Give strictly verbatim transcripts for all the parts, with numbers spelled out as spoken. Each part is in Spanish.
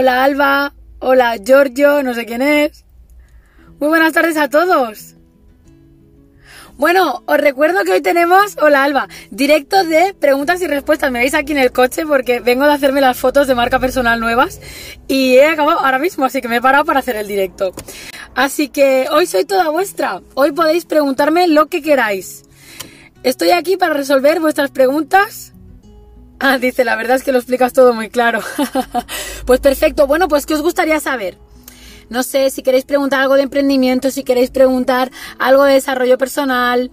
Hola Alba, hola Giorgio, no sé quién es. Muy buenas tardes a todos. Bueno, os recuerdo que hoy tenemos, hola Alba, directo de preguntas y respuestas. Me veis aquí en el coche porque vengo de hacerme las fotos de marca personal nuevas y he acabado ahora mismo, así que me he parado para hacer el directo. Así que hoy soy toda vuestra. Hoy podéis preguntarme lo que queráis. Estoy aquí para resolver vuestras preguntas. Ah, dice, la verdad es que lo explicas todo muy claro. Pues perfecto. Bueno, pues ¿qué os gustaría saber? No sé, si queréis preguntar algo de emprendimiento, si queréis preguntar algo de desarrollo personal.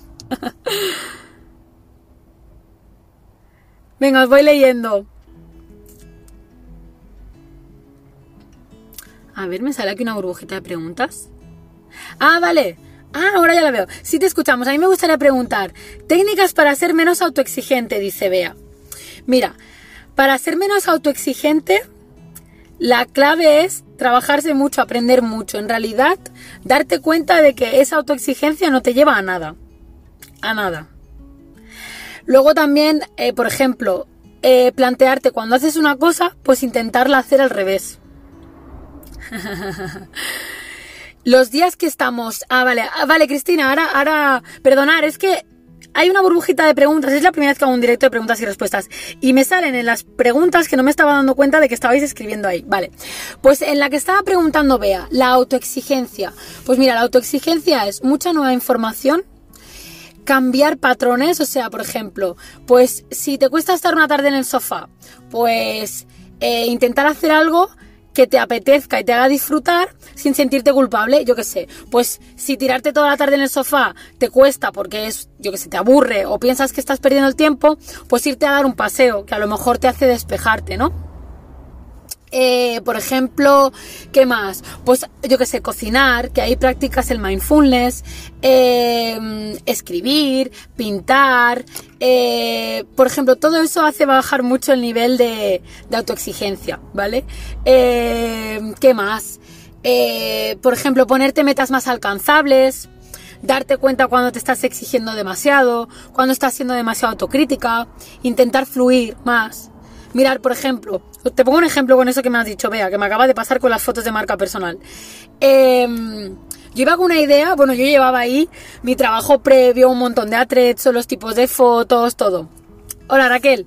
Venga, os voy leyendo. A ver, me sale aquí una burbujita de preguntas. Ah, vale. Ah, ahora ya la veo. Sí, te escuchamos. A mí me gustaría preguntar. Técnicas para ser menos autoexigente, dice Bea. Mira, para ser menos autoexigente, la clave es trabajarse mucho, aprender mucho. En realidad, darte cuenta de que esa autoexigencia no te lleva a nada. A nada. Luego también, eh, por ejemplo, eh, plantearte cuando haces una cosa, pues intentarla hacer al revés. Los días que estamos... Ah, vale, ah, vale, Cristina, ahora, ahora... Perdonar, es que hay una burbujita de preguntas. Es la primera vez que hago un directo de preguntas y respuestas. Y me salen en las preguntas que no me estaba dando cuenta de que estabais escribiendo ahí. Vale, pues en la que estaba preguntando Bea, la autoexigencia. Pues mira, la autoexigencia es mucha nueva información, cambiar patrones. O sea, por ejemplo, pues si te cuesta estar una tarde en el sofá, pues eh, intentar hacer algo que te apetezca y te haga disfrutar sin sentirte culpable, yo qué sé. Pues si tirarte toda la tarde en el sofá te cuesta porque es, yo qué sé, te aburre o piensas que estás perdiendo el tiempo, pues irte a dar un paseo, que a lo mejor te hace despejarte, ¿no? Eh, por ejemplo, ¿qué más? Pues yo qué sé, cocinar, que ahí practicas el mindfulness, eh, escribir, pintar, eh, por ejemplo, todo eso hace bajar mucho el nivel de, de autoexigencia, ¿vale? Eh, ¿qué más? Eh, por ejemplo, ponerte metas más alcanzables, darte cuenta cuando te estás exigiendo demasiado, cuando estás siendo demasiado autocrítica, intentar fluir más. Mirar, por ejemplo, te pongo un ejemplo con eso que me has dicho, Bea, que me acaba de pasar con las fotos de marca personal. Eh, yo iba con una idea, bueno, yo llevaba ahí mi trabajo previo, un montón de atrezos, los tipos de fotos, todo. Hola, Raquel.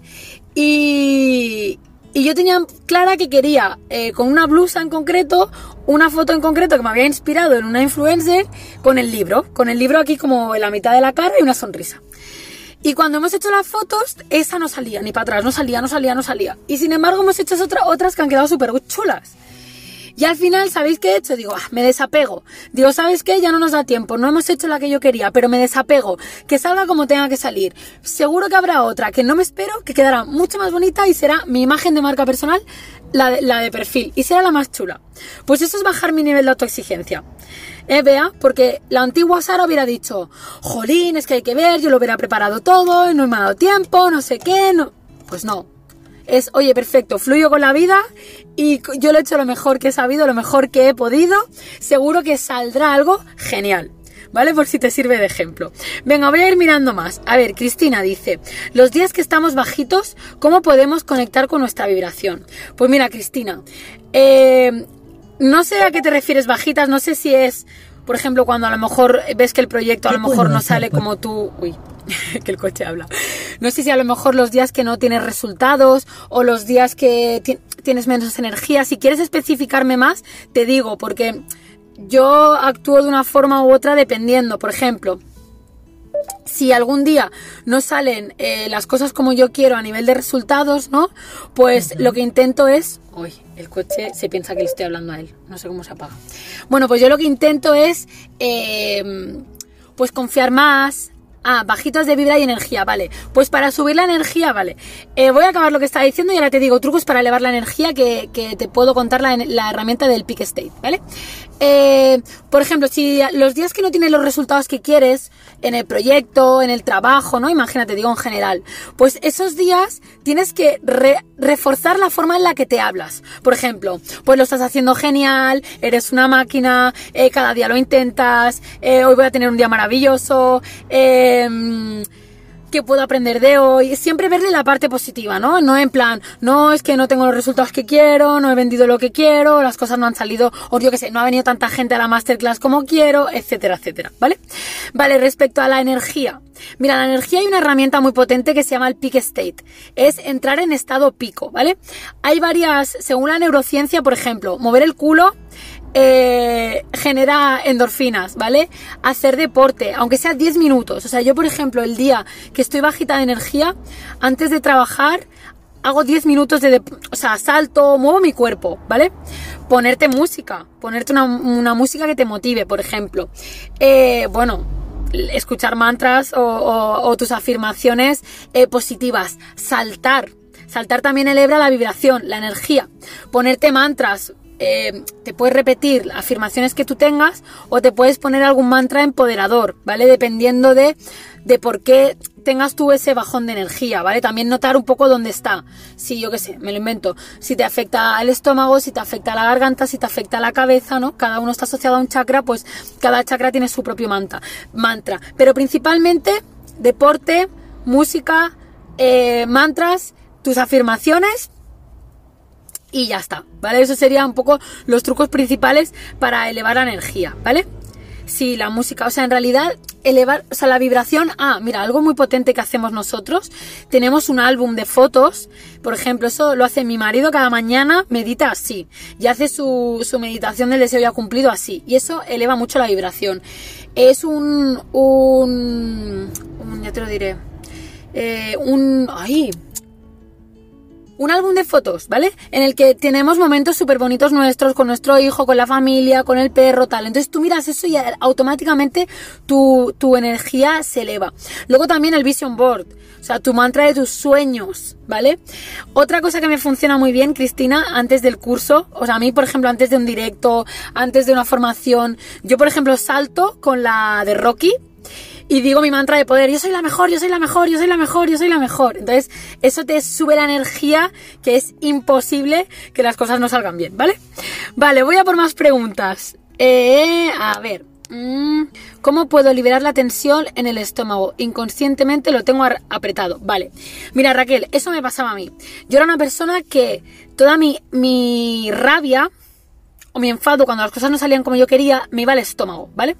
Y, y yo tenía clara que quería, eh, con una blusa en concreto, una foto en concreto que me había inspirado en una influencer, con el libro, con el libro aquí como en la mitad de la cara y una sonrisa. Y cuando hemos hecho las fotos, esa no salía, ni para atrás, no salía, no salía, no salía. Y sin embargo hemos hecho otra, otras que han quedado súper chulas. Y al final, ¿sabéis qué he hecho? Digo, ah, me desapego. Digo, ¿sabes qué? Ya no nos da tiempo, no hemos hecho la que yo quería, pero me desapego. Que salga como tenga que salir. Seguro que habrá otra que no me espero, que quedará mucho más bonita y será mi imagen de marca personal, la de, la de perfil. Y será la más chula. Pues eso es bajar mi nivel de autoexigencia. Eh, Bea, porque la antigua Sara hubiera dicho, jolín, es que hay que ver, yo lo hubiera preparado todo, no me ha dado tiempo, no sé qué, no. Pues no. Es, oye, perfecto, fluyo con la vida y yo lo he hecho lo mejor que he sabido, lo mejor que he podido. Seguro que saldrá algo genial, ¿vale? Por si te sirve de ejemplo. Venga, voy a ir mirando más. A ver, Cristina dice, los días que estamos bajitos, ¿cómo podemos conectar con nuestra vibración? Pues mira, Cristina, eh... no sé a qué te refieres bajitas, no sé si es, por ejemplo, cuando a lo mejor ves que el proyecto a lo mejor no sale como tú... Uy, que el coche habla. No sé si a lo mejor los días que no tienes resultados o los días que ti- tienes menos energía. Si quieres especificarme más, te digo, porque yo actúo de una forma u otra dependiendo. Por ejemplo, si algún día no salen eh, las cosas como yo quiero a nivel de resultados, ¿no? Pues lo que intento es... Uy, el coche se piensa que le estoy hablando a él. No sé cómo se apaga. Bueno, pues yo lo que intento es... Eh, pues confiar más... Ah, bajitas de vibra y energía, vale. Pues para subir la energía, vale. Eh, voy a acabar lo que estaba diciendo y ahora te digo trucos para elevar la energía que, que te puedo contar la, la herramienta del Peak State, ¿vale? Eh, por ejemplo, si los días que no tienes los resultados que quieres en el proyecto, en el trabajo, ¿no? Imagínate, digo en general. Pues esos días tienes que re, reforzar la forma en la que te hablas. Por ejemplo, pues lo estás haciendo genial, eres una máquina, eh, cada día lo intentas, eh, hoy voy a tener un día maravilloso, eh... qué puedo aprender de hoy, siempre verle la parte positiva, ¿no? No en plan, no es que no tengo los resultados que quiero, no he vendido lo que quiero, las cosas no han salido, o yo qué sé, no ha venido tanta gente a la masterclass como quiero, etcétera, etcétera, ¿vale? Vale, respecto a la energía. Mira, la energía hay una herramienta muy potente que se llama el peak state. Es entrar en estado pico, ¿vale? Hay varias, según la neurociencia, por ejemplo, mover el culo eh, genera endorfinas, ¿vale? Hacer deporte, aunque sea diez minutos. O sea, yo, por ejemplo, el día que estoy bajita de energía, antes de trabajar, hago diez minutos de, de... O sea, salto, muevo mi cuerpo, ¿vale? Ponerte música, ponerte una, una música que te motive, por ejemplo. Eh, bueno... escuchar mantras o, o, o tus afirmaciones eh, positivas, saltar, saltar también eleva la vibración, la energía, ponerte mantras, eh, te puedes repetir afirmaciones que tú tengas o te puedes poner algún mantra empoderador, ¿vale? Dependiendo de, de por qué tengas tú ese bajón de energía, ¿vale? También notar un poco dónde está. Si, yo qué sé, me lo invento. Si te afecta el estómago, si te afecta la garganta, si te afecta la cabeza, ¿no? Cada uno está asociado a un chakra, pues cada chakra tiene su propio mantra. mantra. Pero principalmente, deporte, música, eh, mantras, tus afirmaciones y ya está, ¿vale? Eso serían un poco los trucos principales para elevar la energía, ¿vale? Sí, la música, o sea, en realidad elevar, o sea, la vibración, ah, mira, algo muy potente que hacemos nosotros, tenemos un álbum de fotos, por ejemplo, eso lo hace mi marido cada mañana, medita así, y hace su, su meditación del deseo ya cumplido así, y eso eleva mucho la vibración. Es un, un, un ya te lo diré, eh, un, ay... un álbum de fotos, ¿vale? En el que tenemos momentos súper bonitos nuestros, con nuestro hijo, con la familia, con el perro, tal. Entonces tú miras eso y automáticamente tu, tu energía se eleva. Luego también el vision board, o sea, tu mantra de tus sueños, ¿vale? Otra cosa que me funciona muy bien, Cristina, antes del curso, o sea, a mí, por ejemplo, antes de un directo, antes de una formación, yo, por ejemplo, salto con la de Rocky, y digo mi mantra de poder, yo soy la mejor, yo soy la mejor, yo soy la mejor, yo soy la mejor. Entonces, eso te sube la energía, que es imposible que las cosas no salgan bien, ¿vale? Vale, voy a por más preguntas. Eh, a ver, ¿cómo puedo liberar la tensión en el estómago? Inconscientemente lo tengo apretado. Vale, mira, Raquel, eso me pasaba a mí. Yo era una persona que toda mi, mi rabia o mi enfado cuando las cosas no salían como yo quería, me iba al estómago, ¿vale?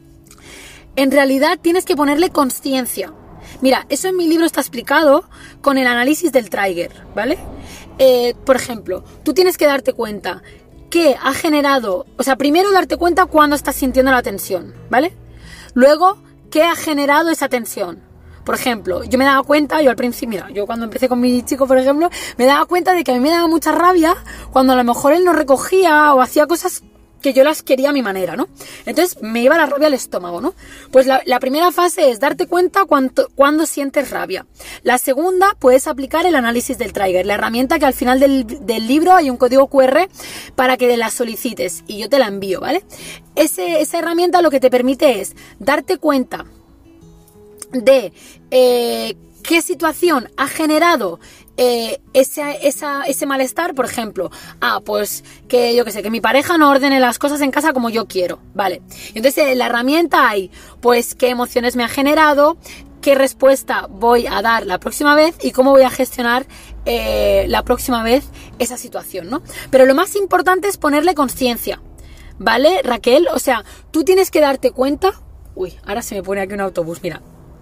En realidad tienes que ponerle consciencia. Mira, eso en mi libro está explicado con el análisis del trigger, ¿vale? Eh, por ejemplo, tú tienes que darte cuenta que ha generado... O sea, primero darte cuenta cuando estás sintiendo la tensión, ¿vale? Luego, ¿qué ha generado esa tensión? Por ejemplo, yo me daba cuenta, yo al principio, mira, yo cuando empecé con mi chico, por ejemplo, me daba cuenta de que a mí me daba mucha rabia cuando a lo mejor él no recogía o hacía cosas que yo las quería a mi manera, ¿no? Entonces me iba la rabia al estómago, ¿no? Pues la, la primera fase es darte cuenta cuando, cuando sientes rabia. La segunda, puedes aplicar el análisis del trigger, la herramienta que al final del, del libro hay un código cu erre para que la solicites y yo te la envío, ¿vale? Ese, esa herramienta lo que te permite es darte cuenta de eh, qué situación ha generado Eh, ese, esa, ese malestar, por ejemplo, ah, pues que yo que sé, que mi pareja no ordene las cosas en casa como yo quiero, vale. Entonces en la herramienta hay, pues, qué emociones me ha generado, qué respuesta voy a dar la próxima vez y cómo voy a gestionar eh, la próxima vez esa situación, ¿no? Pero lo más importante es ponerle conciencia, ¿vale, Raquel? O sea, tú tienes que darte cuenta... Uy, ahora se me pone aquí un autobús, mira.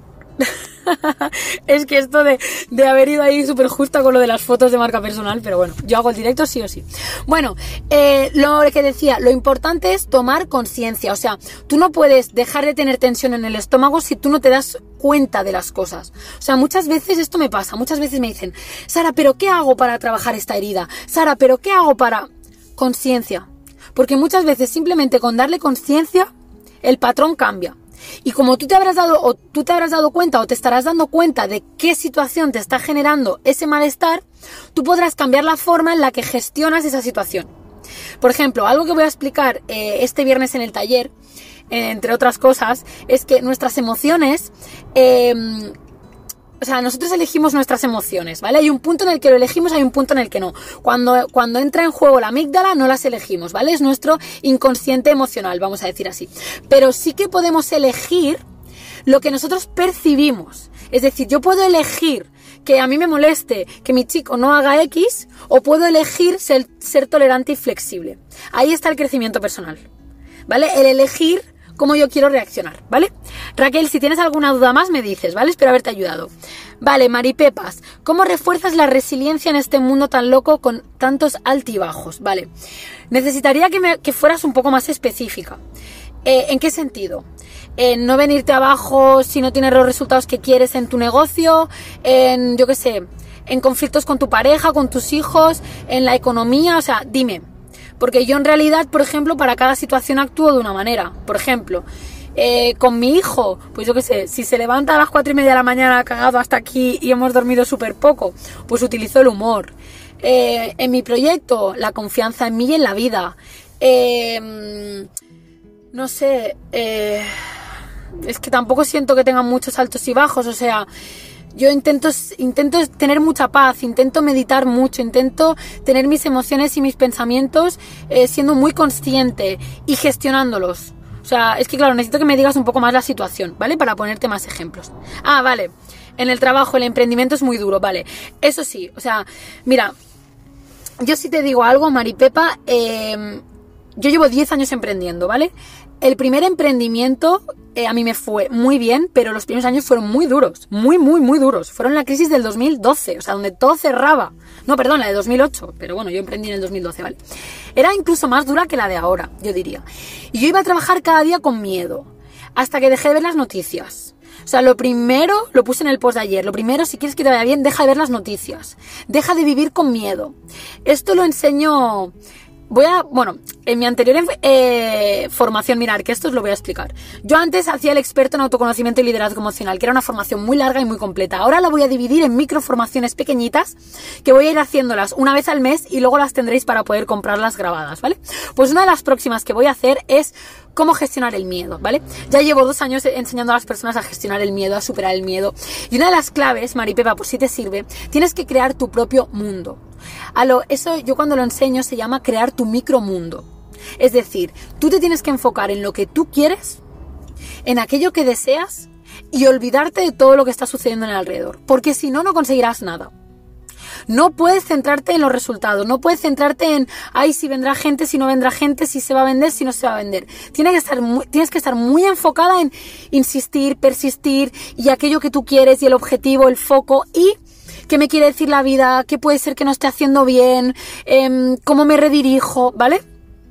Es que esto de, de haber ido ahí súper justa con lo de las fotos de marca personal, pero bueno, yo hago el directo sí o sí. Bueno, eh, lo que decía, lo importante es tomar conciencia, o sea, tú no puedes dejar de tener tensión en el estómago si tú no te das cuenta de las cosas. O sea, muchas veces esto me pasa, muchas veces me dicen, Sara, ¿pero qué hago para trabajar esta herida? Sara, ¿pero qué hago para...? Conciencia, porque muchas veces simplemente con darle conciencia el patrón cambia. Y como tú te habrás dado o tú te habrás dado cuenta o te estarás dando cuenta de qué situación te está generando ese malestar, tú podrás cambiar la forma en la que gestionas esa situación. Por ejemplo, algo que voy a explicar eh, este viernes en el taller, eh, entre otras cosas, es que nuestras emociones... Eh, O sea, nosotros elegimos nuestras emociones, ¿vale? Hay un punto en el que lo elegimos, hay un punto en el que no. Cuando, cuando entra en juego la amígdala, no las elegimos, ¿vale? Es nuestro inconsciente emocional, vamos a decir así. Pero sí que podemos elegir lo que nosotros percibimos. Es decir, yo puedo elegir que a mí me moleste que mi chico no haga X, o puedo elegir ser, ser tolerante y flexible. Ahí está el crecimiento personal, ¿vale? El elegir cómo yo quiero reaccionar, ¿vale? Raquel, si tienes alguna duda más me dices, ¿vale? Espero haberte ayudado. Vale, Maripepas, ¿cómo refuerzas la resiliencia en este mundo tan loco con tantos altibajos? Vale, necesitaría que, me, que fueras un poco más específica. Eh, ¿En qué sentido? En no venirte abajo si no tienes los resultados que quieres en tu negocio, en, yo qué sé, en conflictos con tu pareja, con tus hijos, en la economía, o sea, dime. Porque yo en realidad, por ejemplo, para cada situación actúo de una manera. Por ejemplo, eh, con mi hijo, pues yo qué sé, si se levanta a las cuatro y media de la mañana cagado hasta aquí y hemos dormido súper poco, pues utilizo el humor. Eh, en mi proyecto, la confianza en mí y en la vida. Eh, no sé, eh, es que tampoco siento que tengan muchos altos y bajos, o sea... Yo intento, intento tener mucha paz, intento meditar mucho, intento tener mis emociones y mis pensamientos eh, siendo muy consciente y gestionándolos. O sea, es que claro, necesito que me digas un poco más la situación, ¿vale? Para ponerte más ejemplos. Ah, vale. En el trabajo, el emprendimiento es muy duro, vale. Eso sí, o sea, mira, yo sí te digo algo, Maripepa, eh, yo llevo diez años emprendiendo, ¿vale? El primer emprendimiento eh, a mí me fue muy bien, pero los primeros años fueron muy duros, muy, muy, muy duros. Fueron la crisis del dos mil doce, o sea, donde todo cerraba. No, perdón, la de dos mil ocho, pero bueno, yo emprendí en el dos mil doce, ¿vale? Era incluso más dura que la de ahora, yo diría. Y yo iba a trabajar cada día con miedo, hasta que dejé de ver las noticias. O sea, lo primero, lo puse en el post de ayer, lo primero, si quieres que te vaya bien, deja de ver las noticias. Deja de vivir con miedo. Esto lo enseño... Voy a, bueno, en mi anterior eh, formación, mirar, que esto os lo voy a explicar. Yo antes hacía el experto en autoconocimiento y liderazgo emocional, que era una formación muy larga y muy completa. Ahora la voy a dividir en microformaciones pequeñitas, que voy a ir haciéndolas una vez al mes y luego las tendréis para poder comprarlas grabadas, ¿vale? Pues una de las próximas que voy a hacer es cómo gestionar el miedo, ¿vale? Ya llevo dos años enseñando a las personas a gestionar el miedo, a superar el miedo. Y una de las claves, Maripepa, por si te sirve, tienes que crear tu propio mundo. A lo, eso yo cuando lo enseño se llama crear tu micromundo. Es decir, tú te tienes que enfocar en lo que tú quieres, en aquello que deseas y olvidarte de todo lo que está sucediendo en el alrededor. Porque si no, no conseguirás nada. No puedes centrarte en los resultados, no puedes centrarte en, ay, si vendrá gente, si no vendrá gente, si se va a vender, si no se va a vender. Tienes que estar muy, tienes que estar muy enfocada en insistir, persistir y aquello que tú quieres y el objetivo, el foco y... ¿Qué me quiere decir la vida? ¿Qué puede ser que no esté haciendo bien? Eh, ¿Cómo me redirijo? ¿Vale?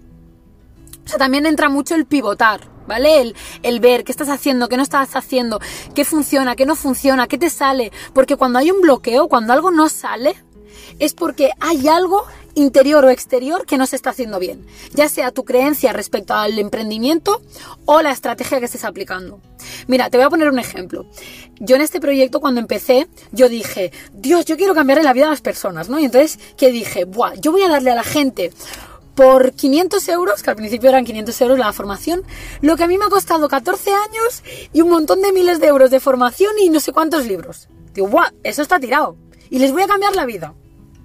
O sea, también entra mucho el pivotar, ¿vale? El, el ver qué estás haciendo, qué no estás haciendo, qué funciona, qué no funciona, qué te sale. Porque cuando hay un bloqueo, cuando algo no sale, es porque hay algo interior o exterior que no se está haciendo bien. Ya sea tu creencia respecto al emprendimiento o la estrategia que estés aplicando. Mira, te voy a poner un ejemplo. Yo en este proyecto cuando empecé, yo dije, Dios, yo quiero cambiarle la vida a las personas, ¿no? Y entonces, ¿qué dije? Buah, yo voy a darle a la gente por quinientos euros, que al principio eran quinientos euros la formación, lo que a mí me ha costado catorce años y un montón de miles de euros de formación y no sé cuántos libros. Digo, buah, eso está tirado. Y les voy a cambiar la vida.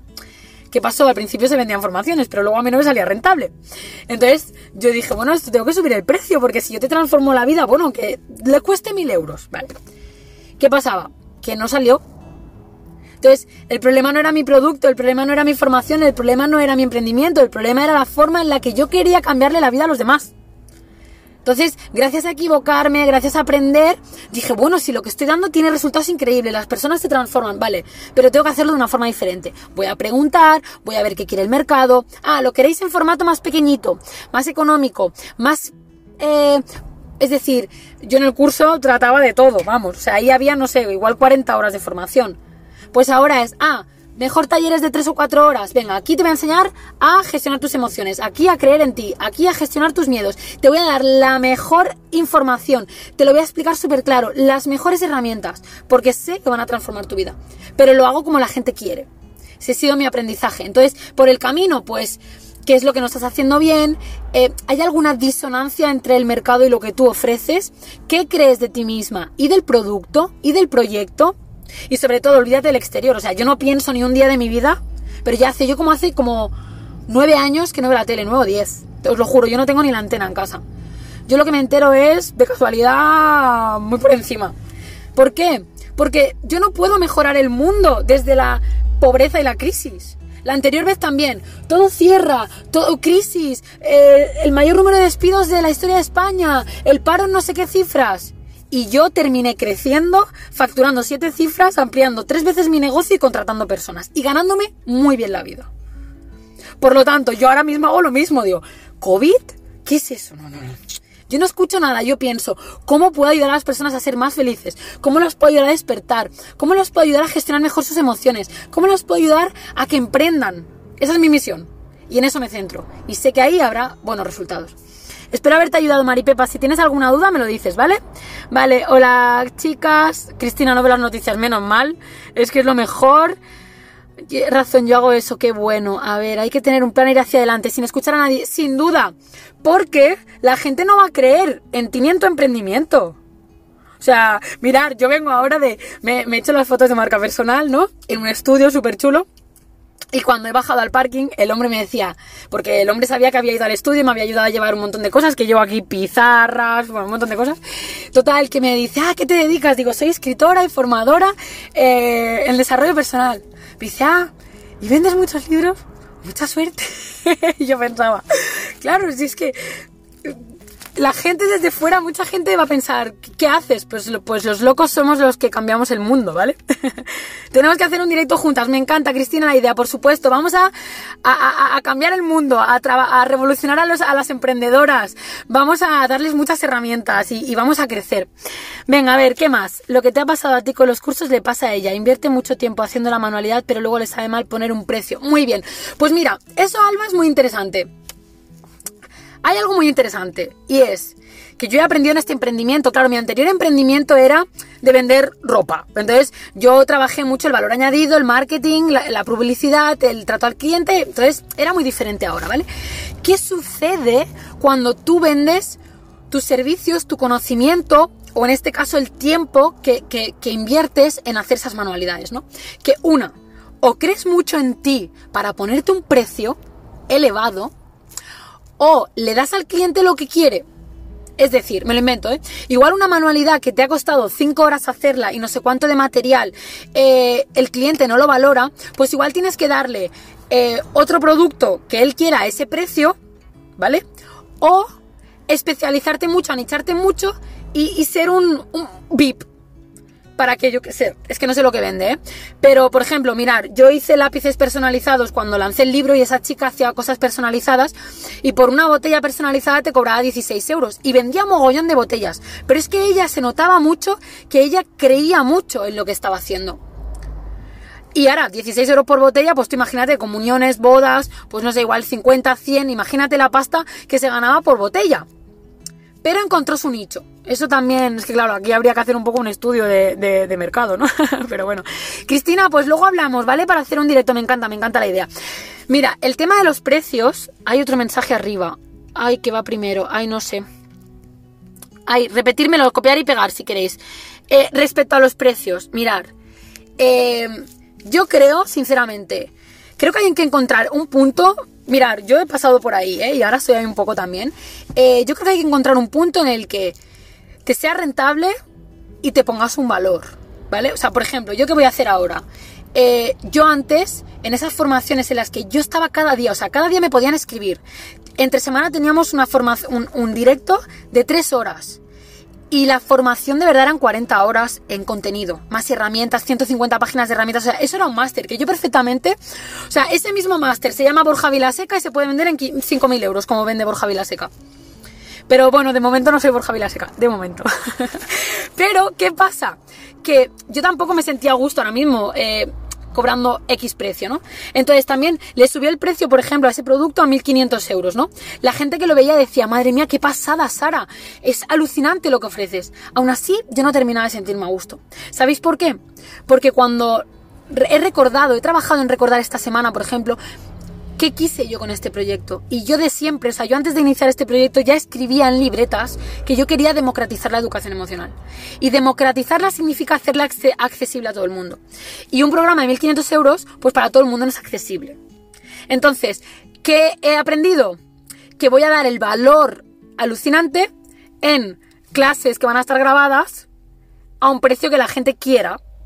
¿Qué pasó? Al principio se vendían formaciones, pero luego a mí no me salía rentable. Entonces yo dije, bueno, esto tengo que subir el precio, porque si yo te transformo la vida, bueno, que le cueste mil euros. Vale. ¿Qué pasaba? Que no salió. Entonces, el problema no era mi producto, el problema no era mi formación, el problema no era mi emprendimiento, el problema era la forma en la que yo quería cambiarle la vida a los demás. Entonces, gracias a equivocarme, gracias a aprender, dije, bueno, si lo que estoy dando tiene resultados increíbles, las personas se transforman, vale, pero tengo que hacerlo de una forma diferente. Voy a preguntar, voy a ver qué quiere el mercado. Ah, ¿lo queréis en formato más pequeñito, más económico, más... Eh, es decir, yo en el curso trataba de todo, vamos, o sea, ahí había, no sé, igual cuarenta horas de formación. Pues ahora es, ah... mejor talleres de tres o cuatro horas. Venga, aquí te voy a enseñar a gestionar tus emociones, aquí a creer en ti, aquí a gestionar tus miedos. Te voy a dar la mejor información, te lo voy a explicar súper claro, las mejores herramientas, porque sé que van a transformar tu vida. Pero lo hago como la gente quiere. Ese ha sido mi aprendizaje. Entonces, por el camino, pues, ¿qué es lo que no estás haciendo bien? Eh, ¿Hay alguna disonancia entre el mercado y lo que tú ofreces? ¿Qué crees de ti misma y del producto y del proyecto? Y sobre todo, olvídate del exterior. O sea, yo no pienso ni un día de mi vida, pero ya hace, yo como hace como nueve años que no veo la tele, nueve o diez. Os lo juro, yo no tengo ni la antena en casa. Yo lo que me entero es, de casualidad, muy por encima. ¿Por qué? Porque yo no puedo mejorar el mundo desde la pobreza y la crisis. La anterior vez también, todo cierra, todo crisis, eh, el mayor número de despidos de la historia de España, el paro en no sé qué cifras. Y yo terminé creciendo, facturando siete cifras, ampliando tres veces mi negocio y contratando personas. Y ganándome muy bien la vida. Por lo tanto, yo ahora mismo hago lo mismo, digo, ¿COVID? ¿Qué es eso? No, no, no. Yo no escucho nada, yo pienso, ¿cómo puedo ayudar a las personas a ser más felices? ¿Cómo los puedo ayudar a despertar? ¿Cómo los puedo ayudar a gestionar mejor sus emociones? ¿Cómo los puedo ayudar a que emprendan? Esa es mi misión. Y en eso me centro. Y sé que ahí habrá buenos resultados. Espero haberte ayudado, Maripepa. Si tienes alguna duda, me lo dices, ¿vale? Vale, hola, chicas. Cristina, no ve las noticias, menos mal. Es que es lo mejor. Razón, yo hago eso, qué bueno. A ver, hay que tener un plan e ir hacia adelante sin escuchar a nadie, sin duda, porque la gente no va a creer en ti ni en tu emprendimiento. O sea, mirar, yo vengo ahora de... Me, me he hecho las fotos de marca personal, ¿no? En un estudio súper chulo. Y cuando he bajado al parking, el hombre me decía... Porque el hombre sabía que había ido al estudio y me había ayudado a llevar un montón de cosas, que llevo aquí pizarras, bueno, un montón de cosas. Total, que me dice, ah, ¿qué te dedicas? Digo, soy escritora y formadora eh, en desarrollo personal. Me dice, ah, ¿y vendes muchos libros? Mucha suerte. Y yo pensaba, claro, si es que la gente desde fuera, mucha gente va a pensar, ¿qué haces? Pues, pues los locos somos los que cambiamos el mundo, ¿vale? Tenemos que hacer un directo juntas. Me encanta, Cristina, la idea, por supuesto. Vamos a, a, a cambiar el mundo, a, a revolucionar a, los, a las emprendedoras. Vamos a darles muchas herramientas y, y vamos a crecer. Venga, a ver, ¿qué más? Lo que te ha pasado a ti con los cursos le pasa a ella. Invierte mucho tiempo haciendo la manualidad, pero luego le sabe mal poner un precio. Muy bien. Pues mira, eso, Alba, es muy interesante. Hay algo muy interesante y es que yo he aprendido en este emprendimiento. Claro, mi anterior emprendimiento era de vender ropa. Entonces yo trabajé mucho el valor añadido, el marketing, la, la publicidad, el trato al cliente. Entonces era muy diferente ahora, ¿vale? ¿Qué sucede cuando tú vendes tus servicios, tu conocimiento o en este caso el tiempo que, que, que inviertes en hacer esas manualidades, ¿no? Que una, o crees mucho en ti para ponerte un precio elevado, o le das al cliente lo que quiere. Es decir, me lo invento, ¿eh? Igual una manualidad que te ha costado cinco horas hacerla y no sé cuánto de material, eh, el cliente no lo valora, pues igual tienes que darle eh, otro producto que él quiera a ese precio, ¿vale? O especializarte mucho, anicharte mucho y, y ser un, un V I P. Para que yo que sé, es que no sé lo que vende, ¿eh? Pero, por ejemplo, mirar, yo hice lápices personalizados cuando lancé el libro y esa chica hacía cosas personalizadas y por una botella personalizada te cobraba dieciséis euros y vendía mogollón de botellas. Pero es que ella se notaba mucho que ella creía mucho en lo que estaba haciendo. Y ahora, dieciséis euros por botella, pues tú imagínate, comuniones, bodas, pues no sé, igual cincuenta, cien, imagínate la pasta que se ganaba por botella. Pero encontró su nicho. Eso también, es que claro, aquí habría que hacer un poco un estudio de, de, de mercado, ¿no? Pero bueno. Cristina, pues luego hablamos, ¿vale? Para hacer un directo, me encanta, me encanta la idea. Mira, el tema de los precios, hay otro mensaje arriba. Ay, ¿qué va primero? Ay, no sé. Ay, repetírmelo, copiar y pegar si queréis. Eh, respecto a los precios, mirar. Eh, yo creo, sinceramente, creo que hay que encontrar un punto... Mirar, yo he pasado por ahí, ¿eh? Y ahora estoy ahí un poco también. Eh, yo creo que hay que encontrar un punto en el que te sea rentable y te pongas un valor, ¿vale? O sea, por ejemplo, ¿yo qué voy a hacer ahora? Eh, yo antes, en esas formaciones en las que yo estaba cada día, o sea, cada día me podían escribir. Entre semana teníamos una formación, un, un directo de tres horas. Y la formación de verdad eran cuarenta horas en contenido, más herramientas, ciento cincuenta páginas de herramientas, o sea, eso era un máster que yo perfectamente, o sea, ese mismo máster se llama Borja Vilaseca y se puede vender en cinco mil euros como vende Borja Vilaseca. Pero bueno, de momento no soy Borja Vilaseca, de momento. Pero, ¿qué pasa? Que yo tampoco me sentía a gusto ahora mismo, eh, cobrando X precio, ¿no? Entonces también le subió el precio, por ejemplo, a ese producto a mil quinientos euros, ¿no? La gente que lo veía decía, madre mía, qué pasada, Sara, es alucinante lo que ofreces. Aún así, yo no terminaba de sentirme a gusto. ¿Sabéis por qué? Porque cuando he recordado, he trabajado en recordar esta semana, por ejemplo, ¿qué quise yo con este proyecto? Y yo de siempre, o sea, yo antes de iniciar este proyecto ya escribía en libretas que yo quería democratizar la educación emocional. Y democratizarla significa hacerla accesible a todo el mundo. Y un programa de mil quinientos euros, pues para todo el mundo no es accesible. Entonces, ¿qué he aprendido? Que voy a dar el valor alucinante en clases que van a estar grabadas a un precio que la gente quiera.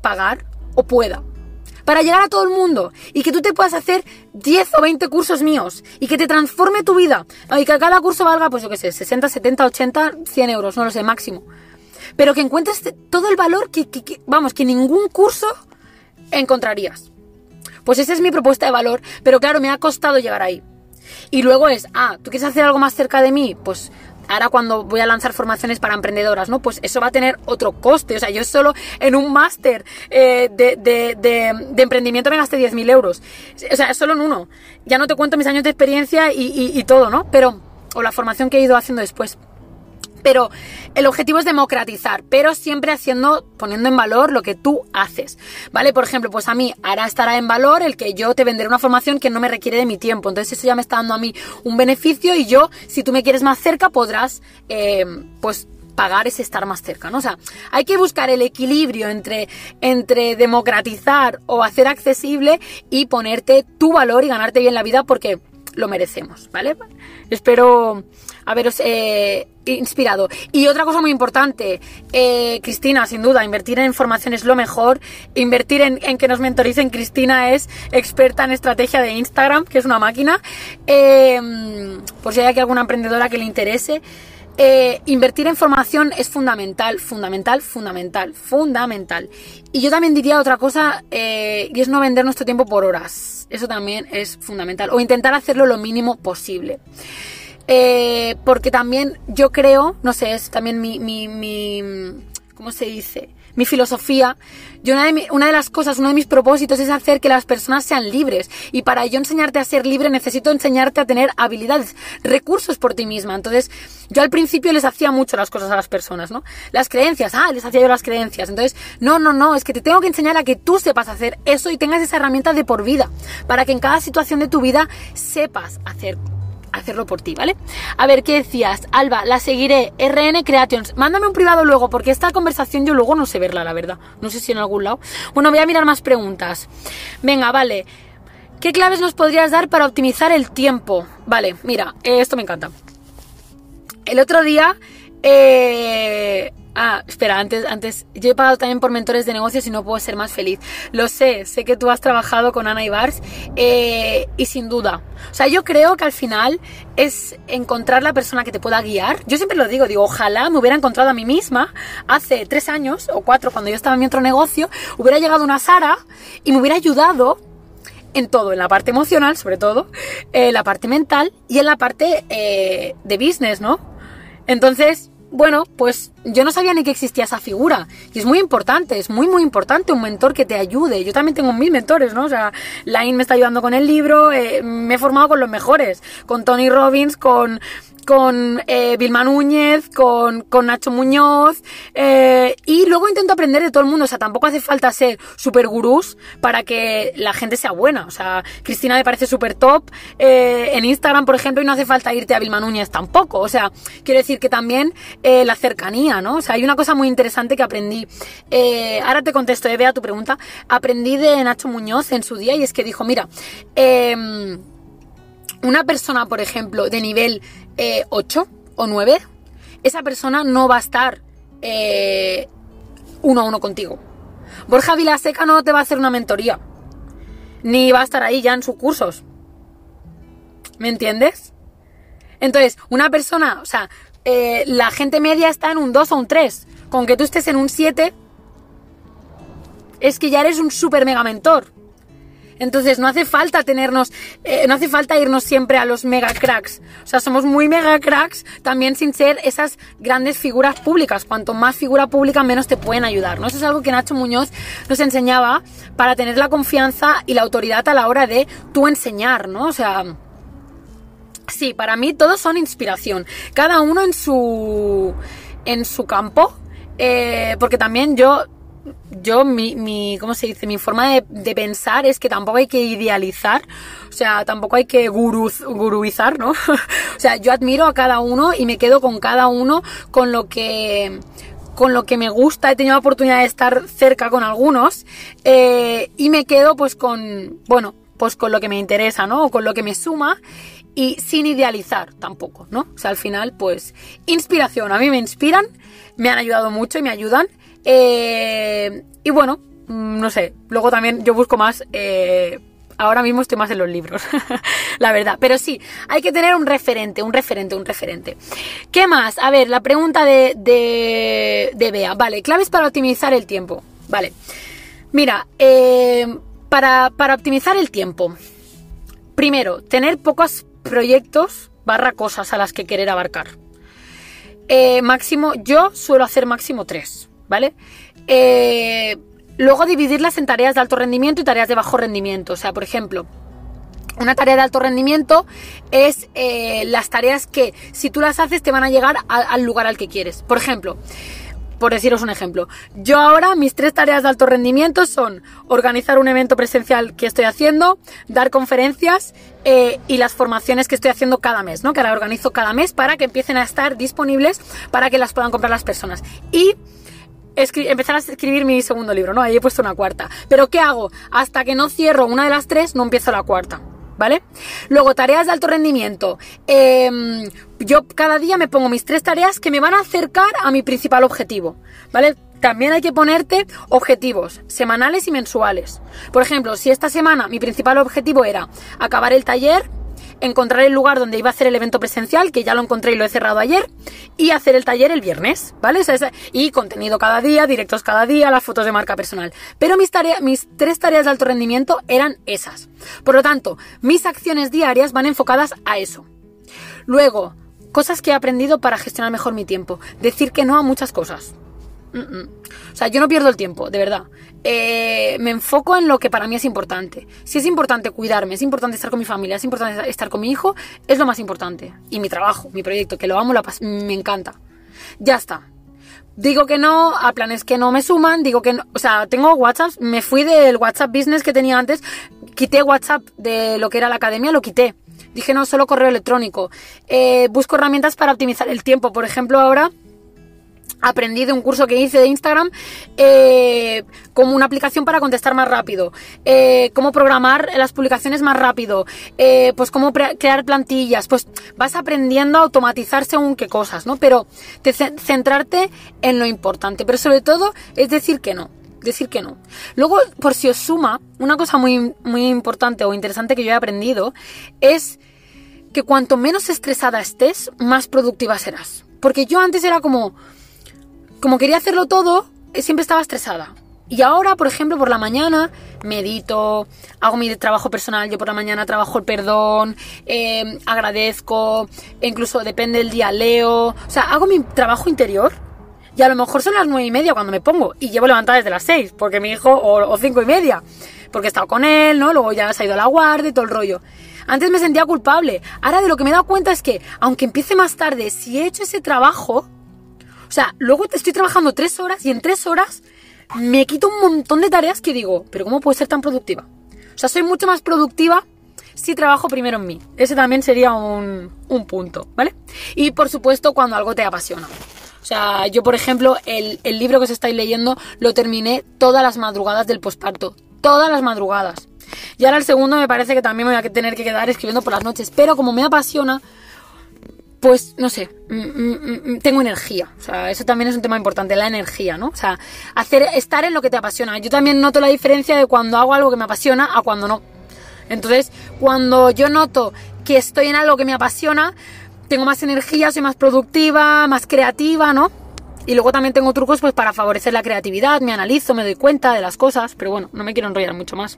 pagar o pueda. Para llegar a todo el mundo y que tú te puedas hacer diez o veinte cursos míos y que te transforme tu vida y que cada curso valga, pues yo qué sé, sesenta, setenta, ochenta, cien euros, no lo sé, máximo. Pero que encuentres todo el valor que, que, que vamos, que ningún curso encontrarías. Pues esa es mi propuesta de valor, pero claro, me ha costado llegar ahí. Y luego es, ah, ¿tú quieres hacer algo más cerca de mí? Pues ahora cuando voy a lanzar formaciones para emprendedoras, ¿no? Pues eso va a tener otro coste. O sea, yo solo en un máster eh, de, de, de, de emprendimiento me gasté diez mil euros. O sea, solo en uno. Ya no te cuento mis años de experiencia y, y, y todo, ¿no? Pero, o la formación que he ido haciendo después. Pero el objetivo es democratizar, pero siempre haciendo, poniendo en valor lo que tú haces, ¿vale? Por ejemplo, pues a mí ahora estará en valor el que yo te venderé una formación que no me requiere de mi tiempo. Entonces eso ya me está dando a mí un beneficio y yo, si tú me quieres más cerca, podrás, eh, pues, pagar ese estar más cerca, ¿no? O sea, hay que buscar el equilibrio entre, entre democratizar o hacer accesible y ponerte tu valor y ganarte bien la vida porque lo merecemos, ¿vale? Espero haberos eh, inspirado. Y otra cosa muy importante, eh, Cristina, sin duda, invertir en formación es lo mejor. Invertir en, en que nos mentoricen. Cristina es experta en estrategia de Instagram, que es una máquina. Eh, por si hay aquí alguna emprendedora que le interese. Eh, invertir en formación es fundamental, fundamental, fundamental, fundamental. Y yo también diría otra cosa, eh, y es no vender nuestro tiempo por horas. Eso también es fundamental. O intentar hacerlo lo mínimo posible. Eh, porque también yo creo, no sé, es también mi, mi, mi ¿cómo se dice? Mi filosofía. Yo una de, mi, una de las cosas, uno de mis propósitos es hacer que las personas sean libres. Y para yo enseñarte a ser libre necesito enseñarte a tener habilidades, recursos por ti misma. Entonces, yo al principio les hacía mucho las cosas a las personas, ¿no? Las creencias, ah, les hacía yo las creencias. Entonces, no, no, no, es que te tengo que enseñar a que tú sepas hacer eso y tengas esa herramienta de por vida. Para que en cada situación de tu vida sepas hacer hacerlo por ti, ¿vale? A ver, ¿qué decías? Alba, la seguiré, R N Creations. Mándame un privado luego, porque esta conversación yo luego no sé verla, la verdad. No sé si en algún lado. Bueno, voy a mirar más preguntas. Venga, vale. ¿Qué claves nos podrías dar para optimizar el tiempo? Vale, mira, eh, esto me encanta. El otro día... Eh... Ah, espera, antes, antes, yo he pagado también por mentores de negocios y no puedo ser más feliz. Lo sé, sé que tú has trabajado con Ana Ibars eh, y sin duda. O sea, yo creo que al final es encontrar la persona que te pueda guiar. Yo siempre lo digo, digo, ojalá me hubiera encontrado a mí misma hace tres años o cuatro cuando yo estaba en mi otro negocio, hubiera llegado una Sara y me hubiera ayudado en todo, en la parte emocional sobre todo, en la parte mental y en la parte eh, de business, ¿no? Entonces... Bueno, pues yo no sabía ni que existía esa figura y es muy importante, es muy muy importante un mentor que te ayude. Yo también tengo mil mentores, ¿no? O sea, Lain me está ayudando con el libro, eh, me he formado con los mejores, con Tony Robbins, con... con eh, Vilma Núñez, con, con Nacho Muñoz eh, y luego intento aprender de todo el mundo. O sea, tampoco hace falta ser super gurús para que la gente sea buena. O sea, Cristina me parece súper top eh, en Instagram, por ejemplo, y no hace falta irte a Vilma Núñez tampoco. O sea, quiero decir que también eh, la cercanía, ¿no? O sea, hay una cosa muy interesante que aprendí. Eh, ahora te contesto, eh, Bea, tu pregunta. Aprendí de Nacho Muñoz en su día y es que dijo, mira, eh, una persona, por ejemplo, de nivel eh, ocho o nueve, esa persona no va a estar eh, uno a uno contigo. Borja Vilaseca no te va a hacer una mentoría, ni va a estar ahí ya en sus cursos. ¿Me entiendes? Entonces, una persona, o sea, eh, la gente media está en un dos o un tres. Con que tú estés en un siete, es que ya eres un super mega mentor. Entonces no hace falta tenernos, eh, no hace falta irnos siempre a los mega cracks. O sea, somos muy mega cracks también sin ser esas grandes figuras públicas. Cuanto más figura pública, menos te pueden ayudar, ¿no? Eso es algo que Nacho Muñoz nos enseñaba para tener la confianza y la autoridad a la hora de tú enseñar, ¿no? O sea, sí, para mí todos son inspiración. Cada uno en su, en su campo. Eh, porque también yo... Yo, mi, mi, ¿cómo se dice? Mi forma de, de pensar es que tampoco hay que idealizar, o sea, tampoco hay que guruz, guruizar, ¿no? O sea, yo admiro a cada uno y me quedo con cada uno, con lo que, con lo que me gusta. He tenido la oportunidad de estar cerca con algunos eh, y me quedo pues con, bueno, pues con lo que me interesa, ¿no? O con lo que me suma y sin idealizar tampoco, ¿no? O sea, al final, pues, inspiración. A mí me inspiran, me han ayudado mucho y me ayudan. Eh, y bueno, no sé, luego también yo busco más... Eh, ahora mismo estoy más en los libros, la verdad. Pero sí, hay que tener un referente, un referente, un referente. ¿Qué más? A ver, la pregunta de, de, de Bea. Vale, claves para optimizar el tiempo. Vale. Mira, eh, para, para optimizar el tiempo. Primero, tener pocos proyectos barra cosas a las que querer abarcar. Eh, máximo, yo suelo hacer máximo tres, ¿vale? Eh... Luego dividirlas en tareas de alto rendimiento y tareas de bajo rendimiento. O sea, por ejemplo, una tarea de alto rendimiento es eh, las tareas que si tú las haces te van a llegar a, al lugar al que quieres. Por ejemplo, por deciros un ejemplo, yo ahora mis tres tareas de alto rendimiento son organizar un evento presencial que estoy haciendo, dar conferencias eh, y las formaciones que estoy haciendo cada mes, ¿no? Que ahora organizo cada mes para que empiecen a estar disponibles para que las puedan comprar las personas. Y Escri- empezar a escribir mi segundo libro, ¿no? Ahí he puesto una cuarta. ¿Pero qué hago? Hasta que no cierro una de las tres, no empiezo la cuarta, ¿vale? Luego, tareas de alto rendimiento. Eh, yo cada día me pongo mis tres tareas que me van a acercar a mi principal objetivo, ¿vale? También hay que ponerte objetivos semanales y mensuales. Por ejemplo, si esta semana mi principal objetivo era acabar el taller, encontrar el lugar donde iba a hacer el evento presencial, que ya lo encontré y lo he cerrado ayer, y hacer el taller el viernes, ¿vale? O sea, es, y contenido cada día, directos cada día, las fotos de marca personal. Pero mis, tarea, mis tres tareas de alto rendimiento eran esas. Por lo tanto, mis acciones diarias van enfocadas a eso. Luego, cosas que he aprendido para gestionar mejor mi tiempo. Decir que no a muchas cosas. Mm-mm. O sea, yo no pierdo el tiempo, de verdad. Eh, me enfoco en lo que para mí es importante. Si es importante cuidarme, es importante estar con mi familia, es importante estar con mi hijo, es lo más importante. Y mi trabajo, mi proyecto, que lo amo, lo me encanta. Ya está. Digo que no a planes que no me suman, digo que no, o sea, tengo WhatsApp, me fui del WhatsApp Business que tenía antes, quité WhatsApp de lo que era la academia, lo quité. Dije no, solo correo electrónico. Eh, busco herramientas para optimizar el tiempo. Por ejemplo, ahora aprendí de un curso que hice de Instagram eh, como una aplicación para contestar más rápido, eh, cómo programar las publicaciones más rápido, eh, pues cómo crear plantillas, pues vas aprendiendo a automatizar según qué cosas, ¿no? Pero te centrarte en lo importante, pero sobre todo es decir que no, decir que no. Luego, por si os suma, una cosa muy, muy importante o interesante que yo he aprendido es que cuanto menos estresada estés, más productiva serás. Porque yo antes era como... Como quería hacerlo todo, siempre estaba estresada. Y ahora, por ejemplo, por la mañana medito, hago mi trabajo personal, yo por la mañana trabajo el perdón, eh, agradezco, e incluso depende del día leo. O sea, hago mi trabajo interior y a lo mejor son las nueve y media cuando me pongo y llevo levantada desde las seis, porque mi hijo, o, o cinco y media, porque he estado con él, ¿no? Luego ya se ha ido a la guardia y todo el rollo. Antes me sentía culpable. Ahora de lo que me he dado cuenta es que, aunque empiece más tarde, si he hecho ese trabajo... O sea, luego estoy trabajando tres horas y en tres horas me quito un montón de tareas que digo, pero ¿cómo puedo ser tan productiva? O sea, soy mucho más productiva si trabajo primero en mí. Ese también sería un, un punto, ¿vale? Y por supuesto cuando algo te apasiona. O sea, yo por ejemplo, el, el libro que os estáis leyendo lo terminé todas las madrugadas del posparto. Todas las madrugadas. Y ahora el segundo me parece que también me voy a tener que quedar escribiendo por las noches. Pero como me apasiona... Pues, no sé, mm, mm, mm, tengo energía. O sea, eso también es un tema importante, la energía, ¿no? O sea, hacer, estar en lo que te apasiona. Yo también noto la diferencia de cuando hago algo que me apasiona a cuando no. Entonces, cuando yo noto que estoy en algo que me apasiona, tengo más energía, soy más productiva, más creativa, ¿no? Y luego también tengo trucos pues para favorecer la creatividad, me analizo, me doy cuenta de las cosas, pero bueno, no me quiero enrollar mucho más.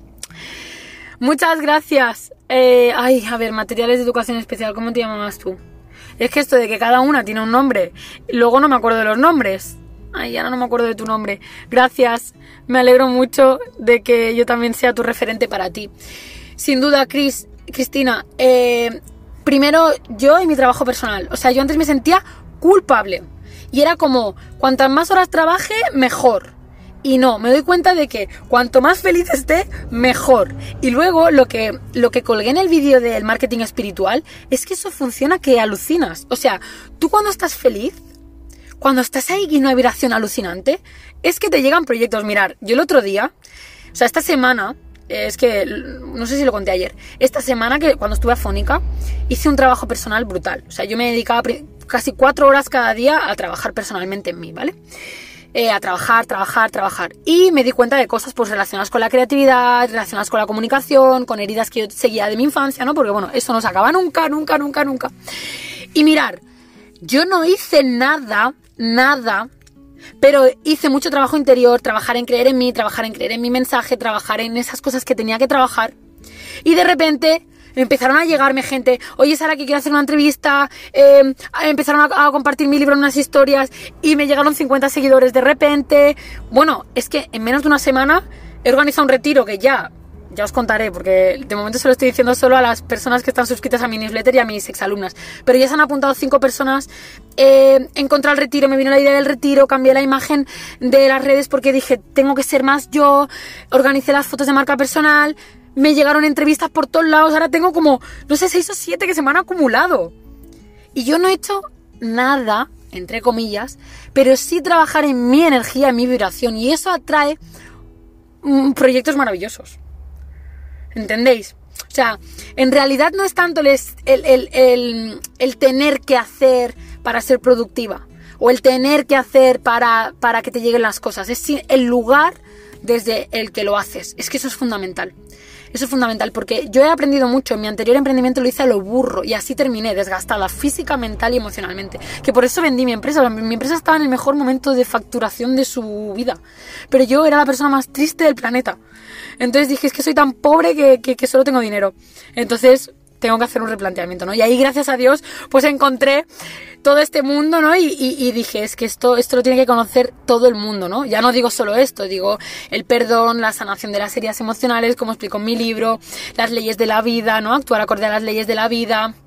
Muchas gracias. Eh, ay, a ver, materiales de educación especial, ¿cómo te llamabas tú? Es que esto de que cada una tiene un nombre, luego no me acuerdo de los nombres. Ay, ahora no me acuerdo de tu nombre. Gracias, me alegro mucho de que yo también sea tu referente para ti. Sin duda, Cris, Cristina, eh, primero yo y mi trabajo personal. O sea, yo antes me sentía culpable. Y era como, cuantas más horas trabaje, mejor. Y no, me doy cuenta de que cuanto más feliz esté, mejor. Y luego lo que, lo que colgué en el vídeo del marketing espiritual es que eso funciona que alucinas. O sea, tú cuando estás feliz, cuando estás ahí y una vibración alucinante, es que te llegan proyectos. Mirar, yo el otro día, o sea, esta semana, es que, no sé si lo conté ayer, esta semana que cuando estuve afónica, hice un trabajo personal brutal. O sea, yo me dedicaba casi cuatro horas cada día a trabajar personalmente en mí, ¿vale? eh, a trabajar, trabajar, trabajar. Y me di cuenta de cosas pues relacionadas con la creatividad, relacionadas con la comunicación, con heridas que yo seguía de mi infancia, ¿no? Porque bueno, eso no se acaba nunca, nunca, nunca, nunca. Y mirar, yo no hice nada, nada, pero hice mucho trabajo interior, trabajar en creer en mí, trabajar en creer en mi mensaje, trabajar en esas cosas que tenía que trabajar. Y de repente empezaron a llegarme gente, oye Sara, que quiero hacer una entrevista, eh, empezaron a, a compartir mi libro en unas historias y me llegaron cincuenta seguidores de repente. Bueno, es que en menos de una semana he organizado un retiro que ya, ya os contaré, porque de momento se lo estoy diciendo solo a las personas que están suscritas a mi newsletter y a mis exalumnas, pero ya se han apuntado cinco personas. Eh, encontré el retiro, me vino la idea del retiro, cambié la imagen de las redes porque dije, tengo que ser más yo, organicé las fotos de marca personal. Me llegaron entrevistas por todos lados. Ahora tengo como, no sé, seis o siete que se me han acumulado. Y yo no he hecho nada, entre comillas, pero sí trabajar en mi energía, en mi vibración. Y eso atrae mm, proyectos maravillosos. ¿Entendéis? O sea, en realidad no es tanto el, el, el, el, el tener que hacer para ser productiva. O el tener que hacer para, para que te lleguen las cosas. Es el lugar desde el que lo haces. Es que eso es fundamental. Eso es fundamental porque yo he aprendido mucho. En mi anterior emprendimiento lo hice a lo burro y así terminé desgastada física, mental y emocionalmente. Que por eso vendí mi empresa. Mi empresa estaba en el mejor momento de facturación de su vida. Pero yo era la persona más triste del planeta. Entonces dije, es que soy tan pobre que, que, que solo tengo dinero. Entonces tengo que hacer un replanteamiento, ¿no? Y ahí, gracias a Dios, pues encontré todo este mundo, ¿no? Y, y, y dije, es que esto, esto lo tiene que conocer todo el mundo, ¿no? Ya no digo solo esto, digo el perdón, la sanación de las heridas emocionales, como explico en mi libro, las leyes de la vida, ¿no? Actuar acorde a las leyes de la vida.